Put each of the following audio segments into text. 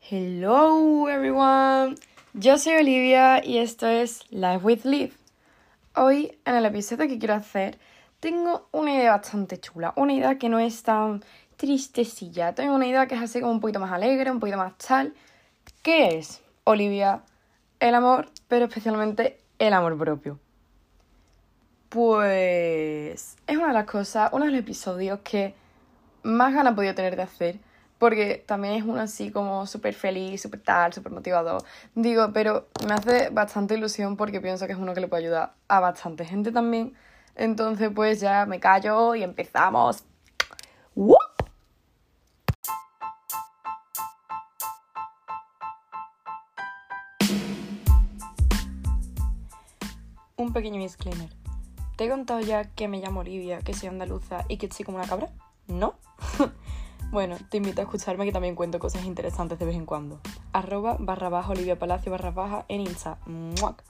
Hello everyone, yo soy Olivia y esto es Life with Liv. Hoy en el episodio que quiero hacer tengo una idea bastante chula, una idea que no es tan tristecilla, tengo una idea que es así como un poquito más alegre, un poquito más tal. ¿Qué es, Olivia? El amor, pero especialmente el amor propio. Pues es una de las cosas, uno de los episodios que más ganas he podido tener de hacer, porque también es uno así como súper feliz, súper tal, súper motivador. Digo, pero me hace bastante ilusión porque pienso que es uno que le puede ayudar a bastante gente también. Entonces pues ya me callo y empezamos. ¡Woo! Un pequeño disclaimer. ¿Te he contado ya que me llamo Olivia, que soy andaluza y que soy como una cabra? ¿No? Bueno, te invito a escucharme que también cuento cosas interesantes de vez en cuando. @_ Olivia Palacio _ en Insta. ¡Muac!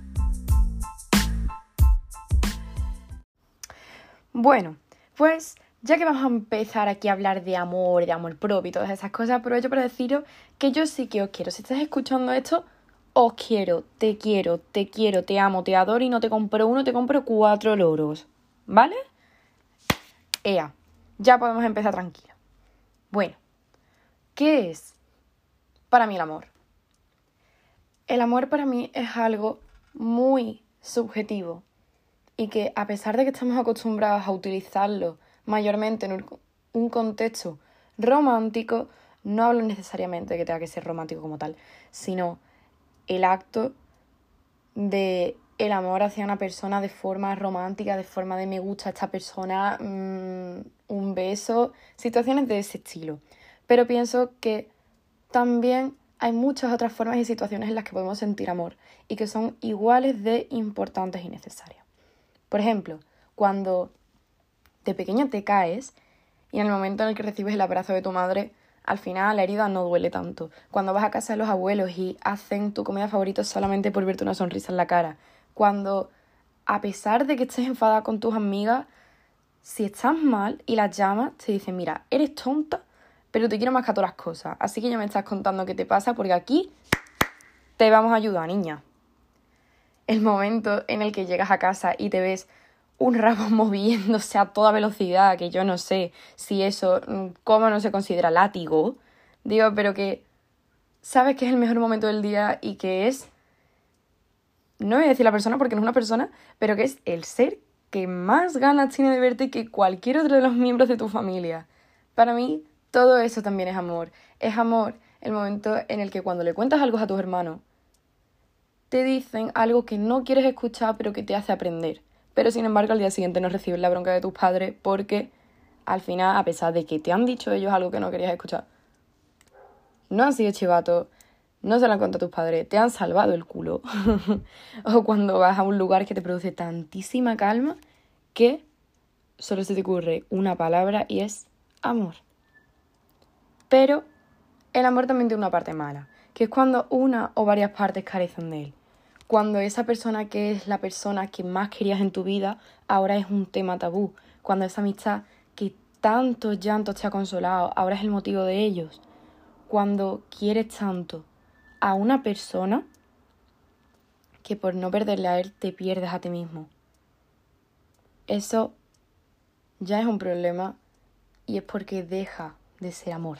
Bueno, pues ya que vamos a empezar aquí a hablar de amor propio y todas esas cosas, aprovecho para deciros que yo sí que os quiero. Si estás escuchando esto, os quiero, te amo, te adoro y no te compro uno, te compro 4 loros. ¿Vale? Ea, ya podemos empezar tranquilo. Bueno, ¿qué es para mí el amor? El amor para mí es algo muy subjetivo y que a pesar de que estamos acostumbrados a utilizarlo mayormente en un contexto romántico, no hablo necesariamente de que tenga que ser romántico como tal, sino el acto de el amor hacia una persona de forma romántica, de forma de me gusta esta persona, un beso, situaciones de ese estilo. Pero pienso que también hay muchas otras formas y situaciones en las que podemos sentir amor y que son iguales de importantes y necesarias. Por ejemplo, cuando de pequeño te caes y en el momento en el que recibes el abrazo de tu madre, al final la herida no duele tanto. Cuando vas a casa de los abuelos y hacen tu comida favorita solamente por verte una sonrisa en la cara. Cuando, a pesar de que estés enfadada con tus amigas, si estás mal y las llamas, te dicen, mira, eres tonta, pero te quiero más que a todas las cosas. Así que ya me estás contando qué te pasa porque aquí te vamos a ayudar, niña. El momento en el que llegas a casa y te ves un rabo moviéndose a toda velocidad, que yo no sé si eso, cómo no se considera látigo, digo, pero que sabes que es el mejor momento del día y que es, no voy a decir la persona porque no es una persona, pero que es el ser que más ganas tiene de verte que cualquier otro de los miembros de tu familia. Para mí, todo eso también es amor. Es amor el momento en el que cuando le cuentas algo a tus hermanos, te dicen algo que no quieres escuchar pero que te hace aprender. Pero sin embargo al día siguiente no recibes la bronca de tus padres porque al final, a pesar de que te han dicho ellos algo que no querías escuchar, no han sido chivatos, no se lo han contado a tus padres, te han salvado el culo. O cuando vas a un lugar que te produce tantísima calma que solo se te ocurre una palabra y es amor. Pero el amor también tiene una parte mala, que es cuando una o varias partes carecen de él. Cuando esa persona que es la persona que más querías en tu vida ahora es un tema tabú. Cuando esa amistad que tantos llantos te ha consolado ahora es el motivo de ellos. Cuando quieres tanto a una persona que por no perderle a él te pierdes a ti mismo. Eso ya es un problema y es porque deja de ser amor.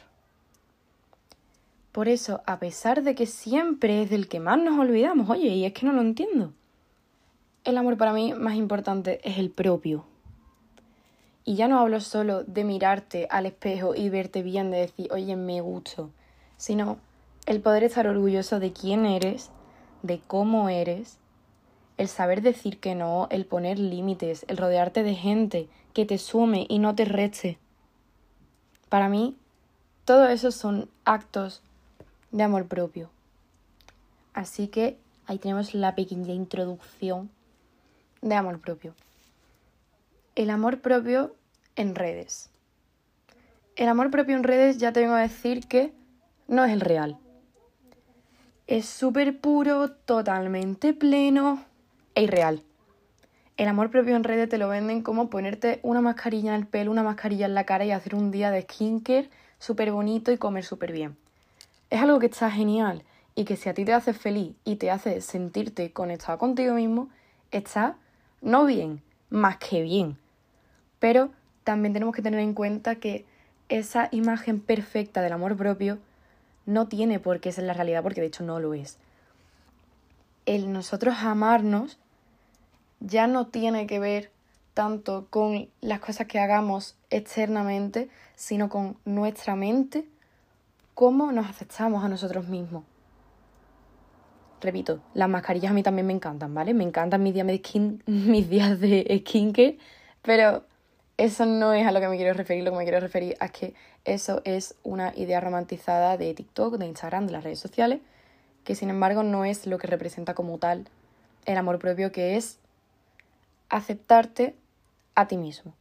Por eso, a pesar de que siempre es del que más nos olvidamos, oye, y es que no lo entiendo, el amor para mí más importante es el propio. Y ya no hablo solo de mirarte al espejo y verte bien, de decir, oye, me gusto, sino el poder estar orgulloso de quién eres, de cómo eres, el saber decir que no, el poner límites, el rodearte de gente que te sume y no te reste. Para mí, todo eso son actos de amor propio. Así que ahí tenemos la pequeña introducción de amor propio. El amor propio en redes. El amor propio en redes ya te vengo a decir que no es el real. Es súper puro, totalmente pleno e irreal. El amor propio en redes te lo venden como ponerte una mascarilla en el pelo, una mascarilla en la cara y hacer un día de skincare súper bonito y comer súper bien. es algo que está genial y que si a ti te hace feliz y te hace sentirte conectado contigo mismo, está no bien, más que bien. Pero también tenemos que tener en cuenta que esa imagen perfecta del amor propio no tiene por qué ser la realidad, porque de hecho no lo es. El nosotros amarnos ya no tiene que ver tanto con las cosas que hagamos externamente, sino con nuestra mente, cómo nos aceptamos a nosotros mismos. Repito, las mascarillas a mí también me encantan, ¿vale? Me encantan mis días de skincare, pero eso no es a lo que me quiero referir. Lo que me quiero referir es que eso es una idea romantizada de TikTok, de Instagram, de las redes sociales, que sin embargo no es lo que representa como tal el amor propio, que es aceptarte a ti mismo.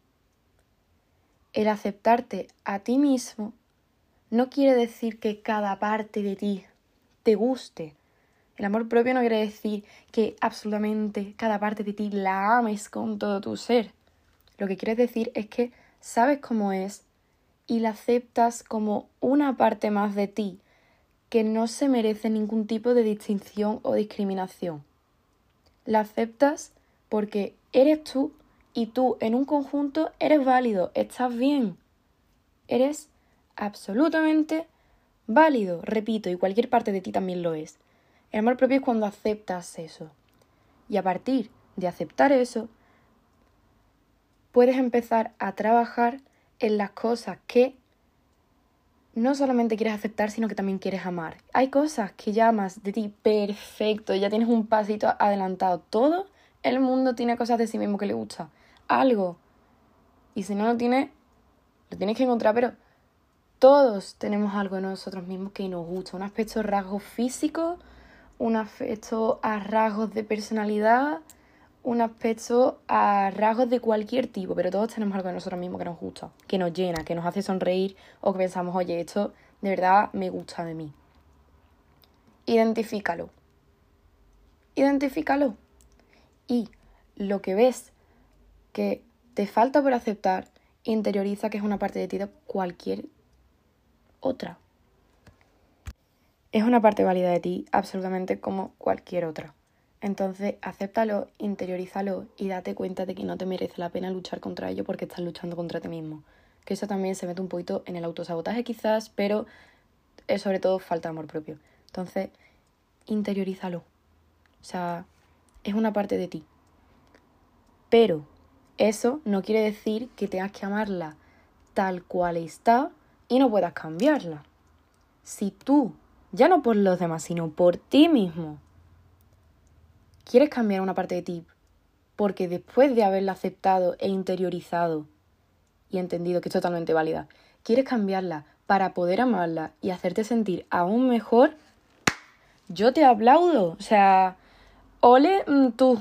El aceptarte a ti mismo no quiere decir que cada parte de ti te guste. El amor propio no quiere decir que absolutamente cada parte de ti la ames con todo tu ser. Lo que quiere decir es que sabes cómo es y la aceptas como una parte más de ti que no se merece ningún tipo de distinción o discriminación. La aceptas porque eres tú y tú en un conjunto eres válido, estás bien. Eres absolutamente válido, repito, y cualquier parte de ti también lo es. El amor propio es cuando aceptas eso. Y a partir de aceptar eso, puedes empezar a trabajar en las cosas que no solamente quieres aceptar, sino que también quieres amar. Hay cosas que ya amas de ti perfecto, ya tienes un pasito adelantado. Todo el mundo tiene cosas de sí mismo que le gusta. Algo. Y si no lo tienes, lo tienes que encontrar, pero todos tenemos algo en nosotros mismos que nos gusta. Un aspecto de rasgos físicos, un aspecto a rasgos de personalidad, un aspecto a rasgos de cualquier tipo, pero todos tenemos algo de nosotros mismos que nos gusta, que nos llena, que nos hace sonreír o que pensamos, oye, esto de verdad me gusta de mí. Identifícalo. Identifícalo. Y lo que ves que te falta por aceptar, interioriza que es una parte de ti de cualquier otra. Es una parte válida de ti absolutamente como cualquier otra. Entonces, acéptalo, interiorízalo y date cuenta de que no te merece la pena luchar contra ello porque estás luchando contra ti mismo. Que eso también se mete un poquito en el autosabotaje quizás, pero es sobre todo falta de amor propio. Entonces, interiorízalo. O sea, es una parte de ti. Pero eso no quiere decir que tengas que amarla tal cual está y no puedas cambiarla. Si tú, ya no por los demás, sino por ti mismo, quieres cambiar una parte de ti porque después de haberla aceptado e interiorizado y entendido que es totalmente válida, quieres cambiarla para poder amarla y hacerte sentir aún mejor, yo te aplaudo. O sea, ole tus...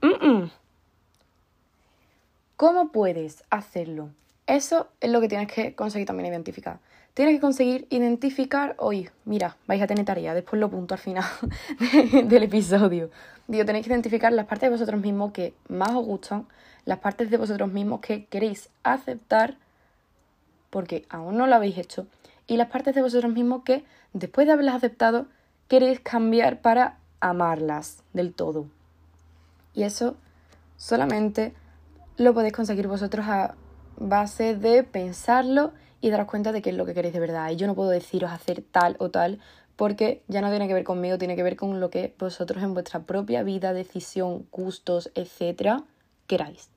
¿Cómo puedes hacerlo? Eso es lo que tienes que conseguir también identificar. Tienes que conseguir identificar, oye, mira, vais a tener tarea, después lo punto al final del episodio. Digo, tenéis que identificar las partes de vosotros mismos que más os gustan, las partes de vosotros mismos que queréis aceptar, porque aún no lo habéis hecho, y las partes de vosotros mismos que, después de haberlas aceptado, queréis cambiar para amarlas del todo. Y eso solamente lo podéis conseguir vosotros a base de pensarlo y daros cuenta de qué es lo que queréis de verdad. Y yo no puedo deciros hacer tal o tal porque ya no tiene que ver conmigo, tiene que ver con lo que vosotros en vuestra propia vida, decisión, gustos, etcétera, queráis.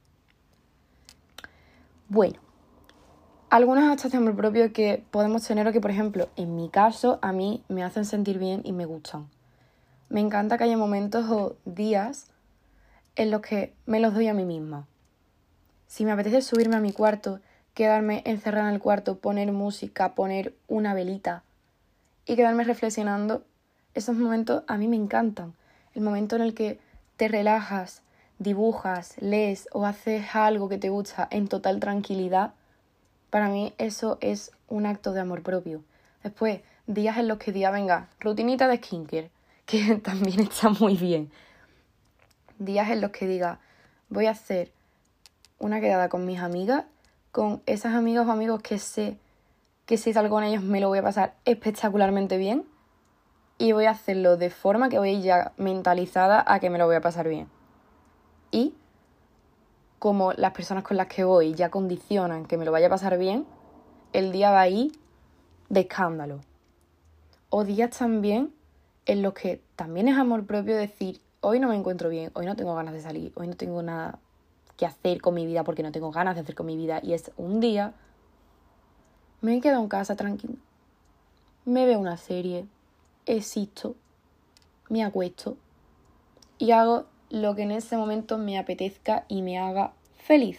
Bueno, algunos actos de amor propio que podemos tener o que, por ejemplo, en mi caso, a mí me hacen sentir bien y me gustan. Me encanta que haya momentos o días en los que me los doy a mí misma. Si me apetece subirme a mi cuarto, quedarme encerrada en el cuarto, poner música, poner una velita y quedarme reflexionando, esos momentos a mí me encantan. El momento en el que te relajas, dibujas, lees o haces algo que te gusta en total tranquilidad, para mí eso es un acto de amor propio. Después, días en los que diga, venga, rutinita de skincare, que también está muy bien. Días en los que diga, voy a hacer una quedada con mis amigas, con esas amigas o amigos que sé que si salgo con ellos me lo voy a pasar espectacularmente bien y voy a hacerlo de forma que voy ya mentalizada a que me lo voy a pasar bien. Y como las personas con las que voy ya condicionan que me lo vaya a pasar bien, el día va a ir de escándalo. O días también en los que también es amor propio decir, hoy no me encuentro bien, hoy no tengo ganas de salir, hoy no tengo nada que hacer con mi vida porque no tengo ganas de hacer con mi vida. Y es un día, me quedo en casa tranquila, me veo una serie, existo, me acuesto y hago lo que en ese momento me apetezca y me haga feliz.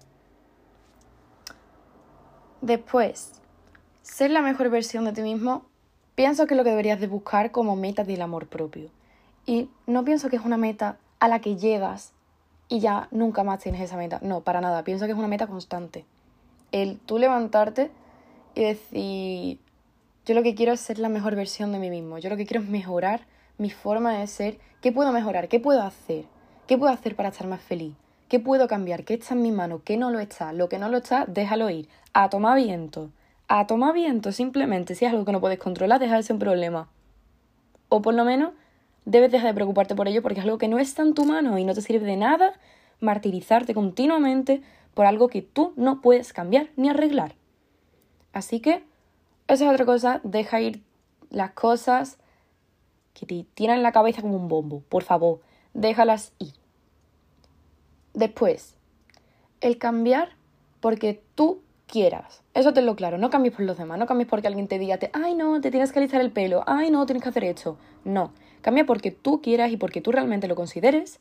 Después, ser la mejor versión de ti mismo, pienso que es lo que deberías de buscar como meta del amor propio. Y no pienso que es una meta a la que llegas y ya nunca más tienes esa meta. No, para nada. Pienso que es una meta constante. El tú levantarte y decir, yo lo que quiero es ser la mejor versión de mí mismo. Yo lo que quiero es mejorar mi forma de ser. ¿Qué puedo mejorar? ¿Qué puedo hacer? ¿Qué puedo hacer para estar más feliz? ¿Qué puedo cambiar? ¿Qué está en mi mano? ¿Qué no lo está? Lo que no lo está, déjalo ir. A tomar viento. A tomar viento, simplemente. Si es algo que no puedes controlar, deja de ser un problema. O por lo menos, debes dejar de preocuparte por ello porque es algo que no está en tu mano y no te sirve de nada martirizarte continuamente por algo que tú no puedes cambiar ni arreglar. Así que, esa es otra cosa, deja ir las cosas que te tiran la cabeza como un bombo. Por favor, déjalas ir. Después, el cambiar porque tú quieras. Eso tenlo claro, no cambies por los demás, no cambies porque alguien te diga, ay no, te tienes que alisar el pelo, ay no, tienes que hacer esto. No, cambia porque tú quieras y porque tú realmente lo consideres.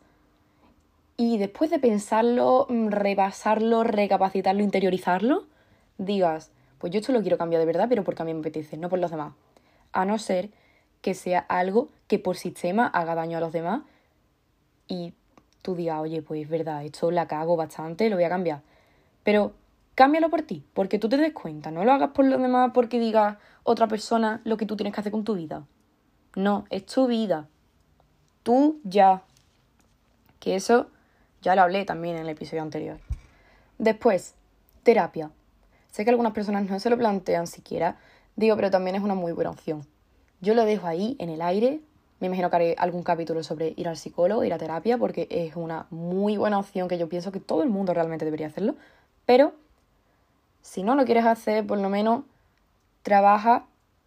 Y después de pensarlo, repasarlo, recapacitarlo, interiorizarlo, digas, pues yo esto lo quiero cambiar de verdad, pero porque a mí me apetece, no por los demás. A no ser que sea algo que por sistema haga daño a los demás y tú digas, oye, pues es verdad, esto la cago bastante, lo voy a cambiar. Pero cámbialo por ti, porque tú te des cuenta. No lo hagas por los demás porque diga otra persona lo que tú tienes que hacer con tu vida. No, es tu vida. Tú ya. Que eso ya lo hablé también en el episodio anterior. Después, terapia. Sé que algunas personas no se lo plantean siquiera, digo, pero también es una muy buena opción. Yo lo dejo ahí, en el aire. Me imagino que haré algún capítulo sobre ir al psicólogo, ir a terapia, porque es una muy buena opción que yo pienso que todo el mundo realmente debería hacerlo. Pero, si no lo quieres hacer, por lo menos trabaja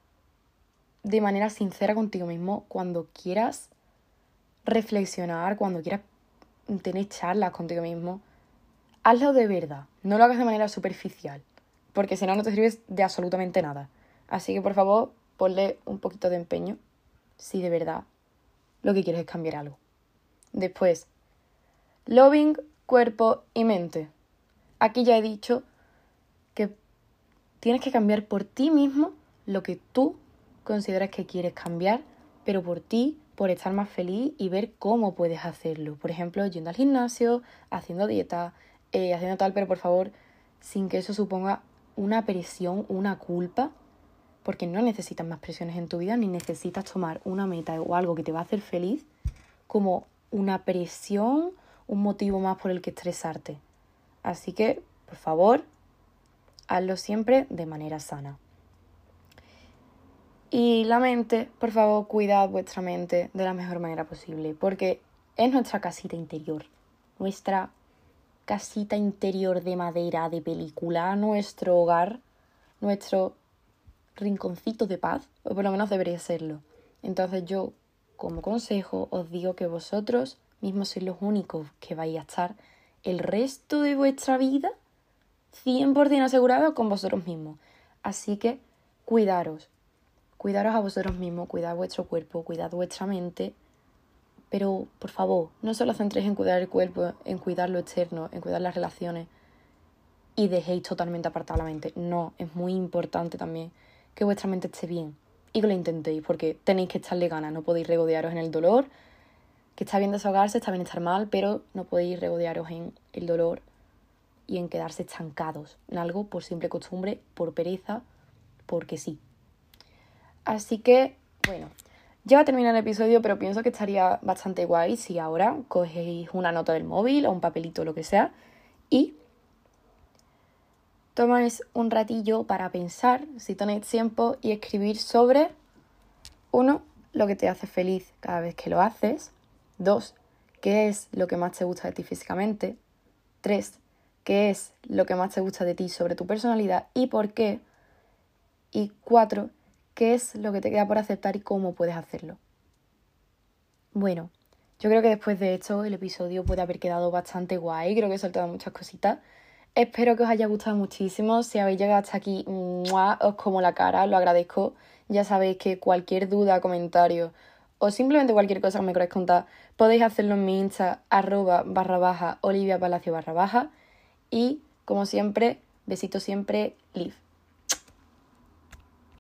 de manera sincera contigo mismo cuando quieras reflexionar, cuando quieras tener charlas contigo mismo. Hazlo de verdad, no lo hagas de manera superficial, porque si no, no te sirves de absolutamente nada. Así que, por favor, ponle un poquito de empeño si de verdad lo que quieres es cambiar algo. Después, loving, cuerpo y mente. Aquí ya he dicho que tienes que cambiar por ti mismo lo que tú consideras que quieres cambiar, pero por ti, por estar más feliz y ver cómo puedes hacerlo. Por ejemplo, yendo al gimnasio, haciendo dieta, haciendo tal, pero por favor, sin que eso suponga una presión, una culpa, porque no necesitas más presiones en tu vida, ni necesitas tomar una meta o algo que te va a hacer feliz como una presión, un motivo más por el que estresarte. Así que, por favor, hazlo siempre de manera sana. Y la mente, por favor, cuidad vuestra mente de la mejor manera posible, porque es nuestra casita interior, nuestra casita interior de madera, de película, nuestro hogar, nuestro rinconcito de paz, o por lo menos debería serlo. Entonces yo, como consejo, os digo que vosotros mismos sois los únicos que vais a estar el resto de vuestra vida 100% asegurados con vosotros mismos. Así que cuidaros a vosotros mismos, cuidad vuestro cuerpo, cuidad vuestra mente, pero por favor, no solo centréis en cuidar el cuerpo, en cuidar lo externo, en cuidar las relaciones y dejéis totalmente apartada la mente. No, es muy importante también que vuestra mente esté bien y que lo intentéis, porque tenéis que echarle ganas, no podéis regodearos en el dolor, que está bien desahogarse, está bien estar mal, pero no podéis regodearos en el dolor y en quedarse estancados en algo por simple costumbre, por pereza, porque sí. Así que, bueno, ya va a terminar el episodio, pero pienso que estaría bastante guay si ahora cogéis una nota del móvil o un papelito o lo que sea y tomáis un ratillo para pensar, si tenéis tiempo, y escribir sobre 1. Lo que te hace feliz cada vez que lo haces. 2. ¿Qué es lo que más te gusta de ti físicamente? 3. ¿Qué es lo que más te gusta de ti sobre tu personalidad y por qué? Y 4. ¿Qué es lo que te queda por aceptar y cómo puedes hacerlo? Bueno, yo creo que después de esto el episodio puede haber quedado bastante guay. Creo que he soltado muchas cositas. Espero que os haya gustado muchísimo. Si habéis llegado hasta aquí, ¡mua!, os como la cara, lo agradezco. Ya sabéis que cualquier duda, comentario o simplemente cualquier cosa que me queráis contar, podéis hacerlo en mi Insta, @_oliviapalacio_. Y, como siempre, besito siempre, Liv.